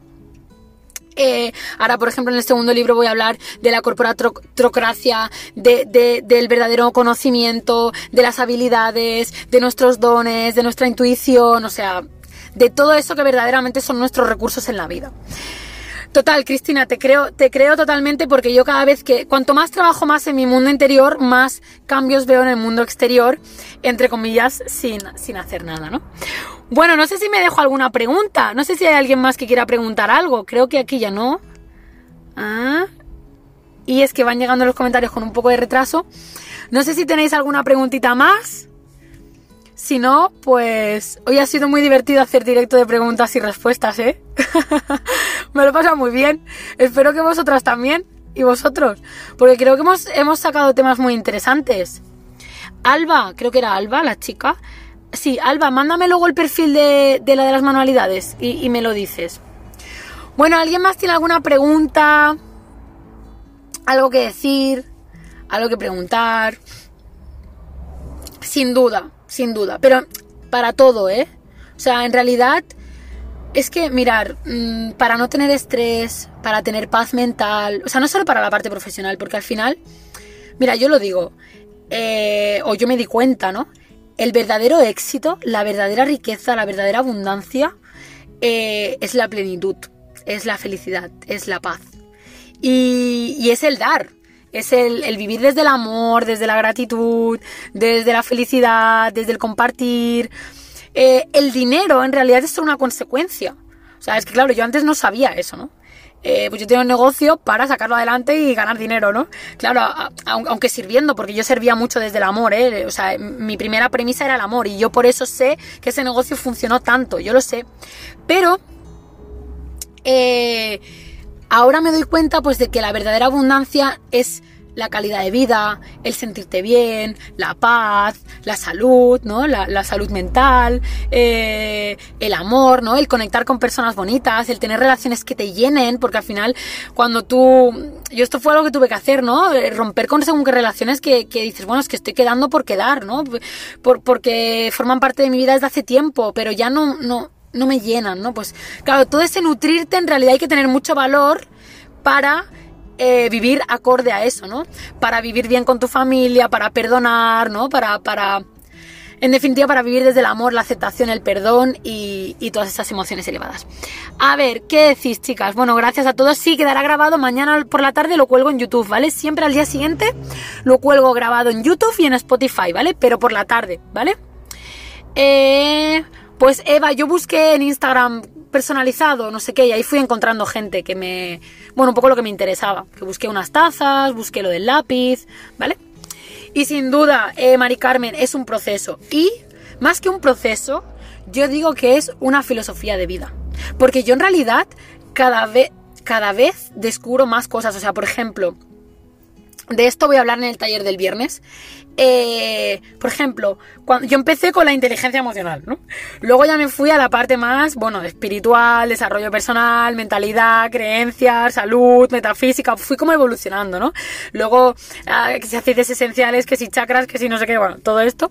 Eh, ahora, por ejemplo, en el segundo libro voy a hablar de la corporatocracia, de, de, del verdadero conocimiento, de las habilidades, de nuestros dones, de nuestra intuición, o sea, de todo eso que verdaderamente son nuestros recursos en la vida. Total, Cristina, te creo, te creo totalmente porque yo cada vez que, cuanto más trabajo más en mi mundo interior, más cambios veo en el mundo exterior, entre comillas, sin, sin hacer nada, ¿no? Bueno, no sé si me dejo alguna pregunta, no sé si hay alguien más que quiera preguntar algo, creo que aquí ya no. Ah, y es que van llegando los comentarios con un poco de retraso. No sé si tenéis alguna preguntita más. Si no, pues hoy ha sido muy divertido hacer directo de preguntas y respuestas, ¿eh? Me lo he pasado muy bien. Espero que vosotras también y vosotros, porque creo que hemos, hemos sacado temas muy interesantes. Alba, creo que era Alba, la chica. Sí, Alba, mándame luego el perfil de, de la de las manualidades y, y me lo dices. Bueno, ¿alguien más tiene alguna pregunta? ¿Algo que decir? ¿Algo que preguntar? Sin duda. Sin duda, pero para todo, ¿eh? O sea, en realidad es que, mirar, mmm, para no tener estrés, para tener paz mental, o sea, no solo para la parte profesional, porque al final, mira, yo lo digo, eh, o yo me di cuenta, ¿no? El verdadero éxito, la verdadera riqueza, la verdadera abundancia eh, es la plenitud, es la felicidad, es la paz. Y, y es el dar. Es el, el vivir desde el amor, desde la gratitud, desde la felicidad, desde el compartir. Eh, el dinero en realidad es solo una consecuencia. O sea, es que claro, yo antes no sabía eso, ¿no? Eh, pues yo tenía un negocio para sacarlo adelante y ganar dinero, ¿no? Claro, a, a, aunque sirviendo, porque yo servía mucho desde el amor, ¿eh? O sea, mi primera premisa era el amor y yo por eso sé que ese negocio funcionó tanto, yo lo sé. Pero... Eh, ahora me doy cuenta pues de que la verdadera abundancia es la calidad de vida, el sentirte bien, la paz, la salud, ¿no? La, la salud mental, eh, el amor, ¿no? El conectar con personas bonitas, el tener relaciones que te llenen, porque al final cuando tú... Yo esto fue algo que tuve que hacer, ¿no? Romper con según qué relaciones que, que dices, bueno, es que estoy quedando por quedar, ¿no? Por, porque forman parte de mi vida desde hace tiempo, pero ya no... no no me llenan, ¿no? Pues claro, todo ese nutrirte en realidad hay que tener mucho valor para eh, vivir acorde a eso, ¿no? Para vivir bien con tu familia, para perdonar, ¿no? Para, para, en definitiva, para vivir desde el amor, la aceptación, el perdón y, y todas esas emociones elevadas. A ver, ¿qué decís, chicas? Bueno, gracias a todos. Sí, quedará grabado mañana por la tarde, lo cuelgo en YouTube, ¿vale? Siempre al día siguiente lo cuelgo grabado en YouTube y en Spotify, ¿vale? Pero por la tarde, ¿vale? Eh... Pues Eva, yo busqué en Instagram personalizado, no sé qué, y ahí fui encontrando gente que me... Bueno, un poco lo que me interesaba. Que busqué unas tazas, busqué lo del lápiz, ¿vale? Y sin duda, eh, Mari Carmen, es un proceso. Y más que un proceso, yo digo que es una filosofía de vida. Porque yo en realidad cada vez, cada vez descubro más cosas. O sea, por ejemplo, de esto voy a hablar en el taller del viernes. Eh, por ejemplo, cuando yo empecé con la inteligencia emocional, ¿no? Luego ya me fui a la parte más, bueno, espiritual, desarrollo personal, mentalidad, creencias, salud, metafísica. Fui como evolucionando, ¿no? Luego, eh, que si aceites esenciales, que si chakras, que si no sé qué, bueno, todo esto.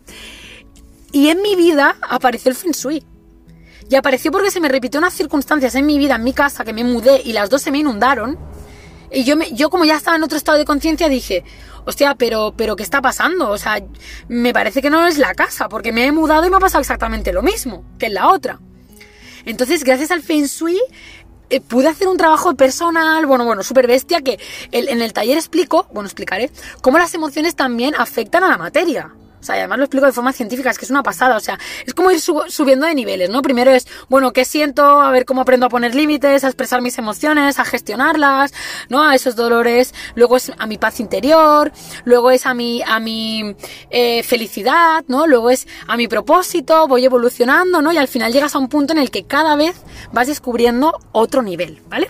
Y en mi vida apareció el Feng Shui. Y apareció porque se me repitió unas circunstancias en mi vida, en mi casa, que me mudé y las dos se me inundaron. Y yo, me, yo como ya estaba en otro estado de conciencia, dije, hostia, pero, pero ¿qué está pasando? O sea, me parece que no es la casa, porque me he mudado y me ha pasado exactamente lo mismo que en la otra. Entonces, gracias al Feng Shui, eh, pude hacer un trabajo personal, bueno, bueno, súper bestia, que el, en el taller explico, bueno, explicaré, cómo las emociones también afectan a la materia. O sea, y además lo explico de forma científica, es que es una pasada, o sea, es como ir sub- subiendo de niveles, ¿no? Primero es, bueno, ¿qué siento? A ver cómo aprendo a poner límites, a expresar mis emociones, a gestionarlas, ¿no? A esos dolores, luego es a mi paz interior, luego es a mi, a mi eh, felicidad, ¿no? Luego es a mi propósito, voy evolucionando, ¿no? Y al final llegas a un punto en el que cada vez vas descubriendo otro nivel, ¿vale?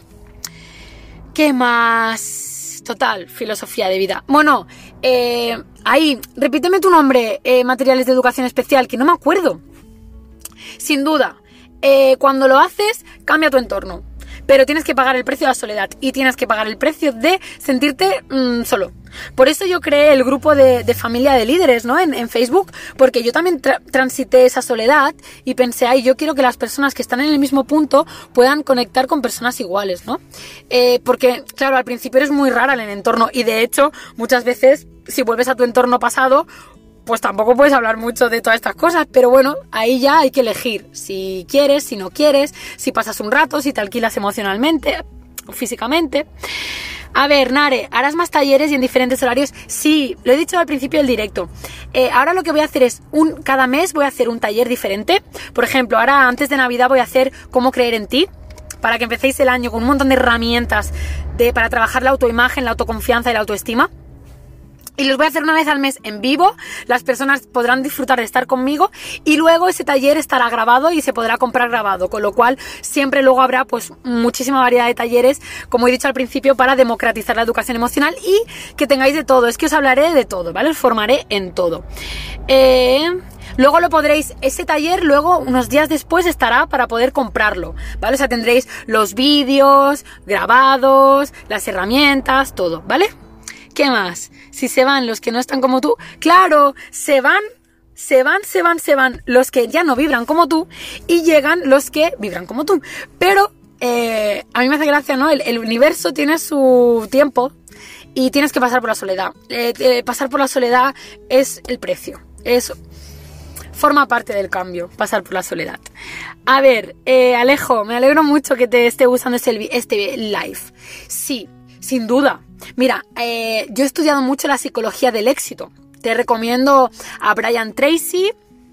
¿Qué más? Total, filosofía de vida. Bueno, eh, ahí, repíteme tu nombre, eh, materiales de educación especial, que no me acuerdo. Sin duda, eh, cuando lo haces, cambia tu entorno. Pero tienes que pagar el precio de la soledad y tienes que pagar el precio de sentirte mmm, solo. Por eso yo creé el grupo de, de familia de líderes, ¿no? En, en Facebook, porque yo también tra- transité esa soledad y pensé, ay, yo quiero que las personas que están en el mismo punto puedan conectar con personas iguales, ¿no? Eh, porque, claro, al principio eres muy rara en el entorno y de hecho, muchas veces, si vuelves a tu entorno pasado, pues tampoco puedes hablar mucho de todas estas cosas, pero bueno, ahí ya hay que elegir si quieres, si no quieres, si pasas un rato, si te alquilas emocionalmente o físicamente. A ver, Nare, ¿harás más talleres y en diferentes horarios? Sí, lo he dicho al principio del directo. Eh, ahora lo que voy a hacer es, un, cada mes voy a hacer un taller diferente. Por ejemplo, ahora antes de Navidad voy a hacer cómo creer en ti, para que empecéis el año con un montón de herramientas de, para trabajar la autoimagen, la autoconfianza y la autoestima. Y los voy a hacer una vez al mes en vivo, las personas podrán disfrutar de estar conmigo y luego ese taller estará grabado y se podrá comprar grabado, con lo cual siempre luego habrá pues muchísima variedad de talleres, como he dicho al principio, para democratizar la educación emocional y que tengáis de todo. Es que os hablaré de todo, ¿vale? Os formaré en todo. Eh... Luego lo podréis, ese taller luego unos días después estará para poder comprarlo, ¿vale? O sea, tendréis los vídeos grabados, las herramientas, todo, ¿vale? ¿Qué más? Si se van los que no están como tú, claro, se van, se van, se van, se van los que ya no vibran como tú y llegan los que vibran como tú. Pero eh, a mí me hace gracia, ¿no? El, el universo tiene su tiempo y tienes que pasar por la soledad. Eh, eh, pasar por la soledad es el precio, es, forma parte del cambio, pasar por la soledad. A ver, eh, Alejo, me alegro mucho que te esté gustando este, este live. Sí, sin duda. Mira, eh, yo he estudiado mucho la psicología del éxito. Te recomiendo a Brian Tracy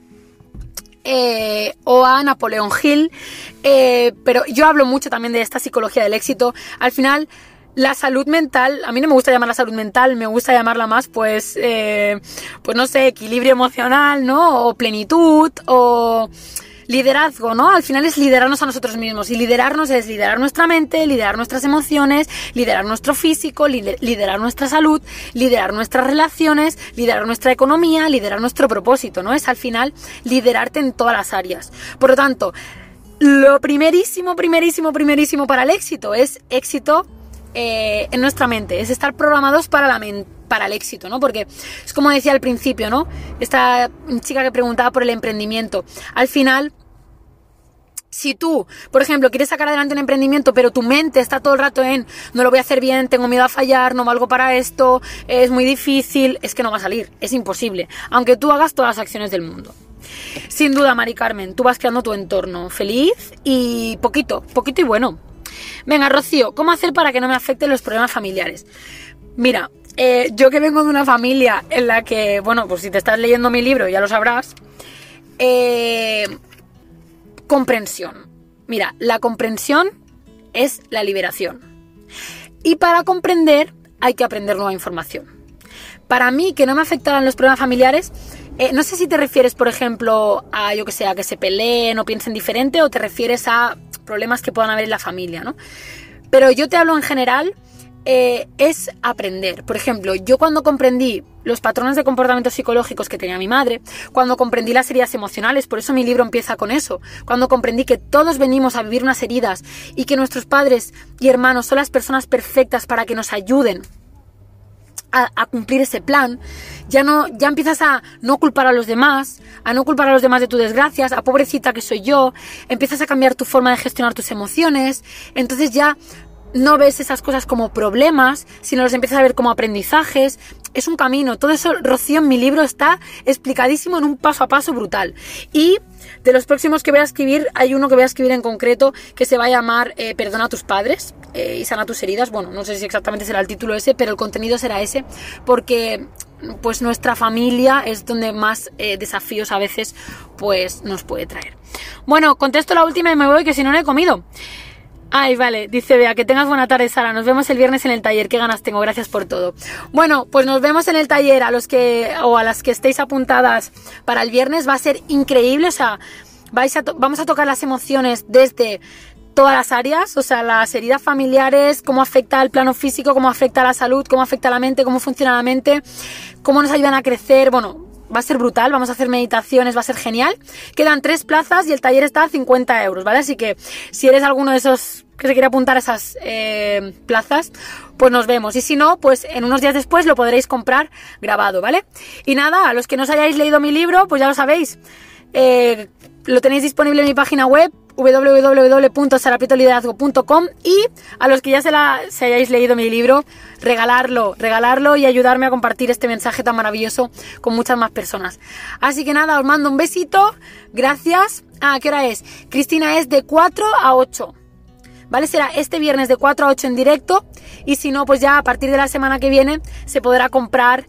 eh, o a Napoleon Hill, eh, pero yo hablo mucho también de esta psicología del éxito. Al final, la salud mental, a mí no me gusta llamarla salud mental, me gusta llamarla más, pues, eh, pues no sé, equilibrio emocional, ¿no? O plenitud, o liderazgo, ¿no? Al final es liderarnos a nosotros mismos. Y liderarnos es liderar nuestra mente, liderar nuestras emociones, liderar nuestro físico, lider- liderar nuestra salud, liderar nuestras relaciones, liderar nuestra economía, liderar nuestro propósito, ¿no? Es al final liderarte en todas las áreas. Por lo tanto, lo primerísimo, primerísimo, primerísimo para el éxito es éxito eh, en nuestra mente. Es estar programados para la mente, para el éxito, ¿no? Porque es como decía al principio, ¿no? Esta chica que preguntaba por el emprendimiento. Al final, si tú, por ejemplo, quieres sacar adelante un emprendimiento, pero tu mente está todo el rato en no lo voy a hacer bien, tengo miedo a fallar, no valgo para esto, es muy difícil, es que no va a salir, es imposible, aunque tú hagas todas las acciones del mundo. Sin duda, Mari Carmen, tú vas creando tu entorno feliz y poquito, poquito y bueno. Venga, Rocío, ¿cómo hacer para que no me afecten los problemas familiares? Mira, Eh, yo que vengo de una familia en la que, bueno, pues si te estás leyendo mi libro ya lo sabrás, eh, comprensión. Mira, la comprensión es la liberación. Y para comprender hay que aprender nueva información. para mí, que no me afectaran los problemas familiares, eh, no sé si te refieres, por ejemplo, a, yo que sé, a que se peleen o piensen diferente, o te refieres a problemas que puedan haber en la familia, ¿no? Pero yo te hablo en general, eh, es aprender. Por ejemplo, yo cuando comprendí los patrones de comportamientos psicológicos que tenía mi madre, cuando comprendí las heridas emocionales, por eso mi libro empieza con eso, cuando comprendí que todos venimos a vivir unas heridas y que nuestros padres y hermanos son las personas perfectas para que nos ayuden a, a cumplir ese plan, ya no, ya empiezas a no culpar a los demás, a no culpar a los demás de tus desgracias, a pobrecita que soy yo, empiezas a cambiar tu forma de gestionar tus emociones, entonces ya no ves esas cosas como problemas, sino los empiezas a ver como aprendizajes. Es un camino. Todo eso, Rocío, en mi libro está explicadísimo en un paso a paso brutal. Y de los próximos que voy a escribir, hay uno que voy a escribir en concreto que se va a llamar eh, Perdona a tus padres eh, y sana tus heridas. Bueno, no sé si exactamente será el título ese, pero el contenido será ese, porque pues nuestra familia es donde más eh, desafíos a veces pues nos puede traer. Bueno, contesto la última y me voy, que si no, no he comido. Ay, vale, dice Bea, que tengas buena tarde, Sara, nos vemos el viernes en el taller, qué ganas tengo, gracias por todo. Bueno, pues nos vemos en el taller, a los que, o a las que estéis apuntadas para el viernes, va a ser increíble, o sea, vais a vamos a tocar las emociones desde todas las áreas, o sea, las heridas familiares, cómo afecta al plano físico, cómo afecta a la salud, cómo afecta a la mente, cómo funciona la mente, cómo nos ayudan a crecer, bueno, va a ser brutal, vamos a hacer meditaciones, va a ser genial. Quedan tres plazas y el taller está a cincuenta euros, ¿vale? Así que si eres alguno de esos que se quiere apuntar a esas eh, plazas, pues nos vemos. Y si no, pues en unos días después lo podréis comprar grabado, ¿vale? Y nada, a los que no os hayáis leído mi libro, pues ya lo sabéis. Eh, lo tenéis disponible en mi página web, w w w punto sara prieto liderazgo punto com, y a los que ya se, la, se hayáis leído mi libro, regalarlo, regalarlo y ayudarme a compartir este mensaje tan maravilloso con muchas más personas. Así que nada, os mando un besito, gracias. Ah, ¿qué hora es? Cristina, es de cuatro a ocho, ¿vale? Será este viernes de cuatro a ocho en directo, y si no, pues ya a partir de la semana que viene se podrá comprar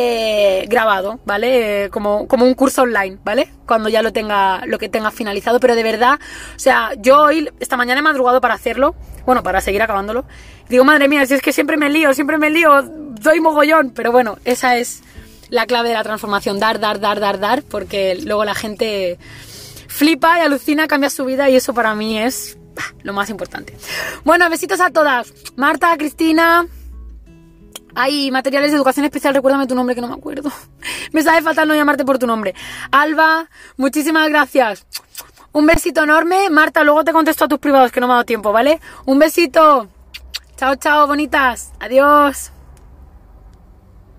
Eh, grabado, ¿vale? Eh, como, como un curso online, ¿vale? Cuando ya lo tenga, lo que tenga finalizado, pero de verdad, o sea, yo hoy, esta mañana he madrugado para hacerlo, bueno, para seguir acabándolo. Digo, madre mía, si es que siempre me lío, siempre me lío, doy mogollón, pero bueno, esa es la clave de la transformación, dar, dar, dar, dar, dar, porque luego la gente flipa y alucina, cambia su vida, y eso para mí es bah, lo más importante. Bueno, besitos a todas. Marta, Cristina. Hay materiales de educación especial, recuérdame tu nombre que no me acuerdo. Me sabe fatal no llamarte por tu nombre. Alba, muchísimas gracias. Un besito enorme. Marta, luego te contesto a tus privados que no me ha dado tiempo, ¿vale? Un besito. Chao, chao, bonitas. Adiós.